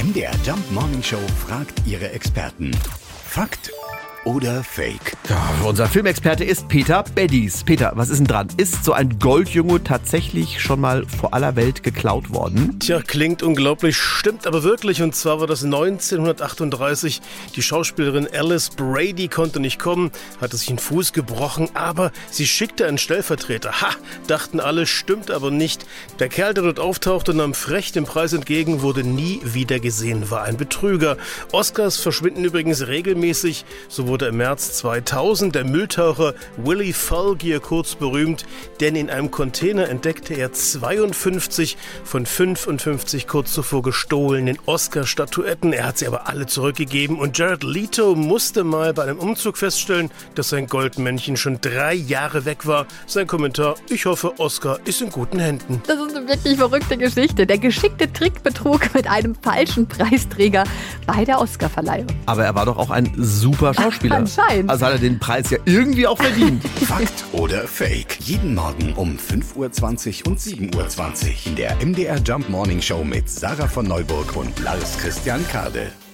MDR Jump Morning Show fragt ihre Experten. Fakt oder Fake? Ja, unser Filmexperte ist Peter Beddies. Peter, was ist denn dran? Ist so ein Goldjunge tatsächlich schon mal vor aller Welt geklaut worden? Tja, klingt unglaublich, stimmt aber wirklich. Und zwar war das 1938. Die Schauspielerin Alice Brady konnte nicht kommen, hatte sich den Fuß gebrochen, aber sie schickte einen Stellvertreter. Ha, dachten alle, stimmt aber nicht. Der Kerl, der dort auftauchte, nahm frech den Preis entgegen, wurde nie wieder gesehen, war ein Betrüger. Oscars verschwinden übrigens regelmäßig. So wurde im März 2000 der Mülltaucher Willie Fulgier kurz berühmt, denn in einem Container entdeckte er 52 von 55 kurz zuvor gestohlenen Oscar-Statuetten. Er hat sie aber alle zurückgegeben und Jared Leto musste mal bei einem Umzug feststellen, dass sein Goldmännchen schon 3 Jahre weg war. Sein Kommentar: Ich hoffe, Oscar ist in guten Händen. Das ist eine wirklich verrückte Geschichte. Der geschickte Trickbetrug mit einem falschen Preisträger bei der Oscarverleihung. Aber er war doch auch ein super Schauspieler. Anscheinend. Also hat er den Preis ja irgendwie auch verdient. Fakt oder Fake? Jeden Morgen um 5.20 Uhr und 7.20 Uhr in der MDR Jump Morning Show mit Sarah von Neuburg und Lars Christian Kade.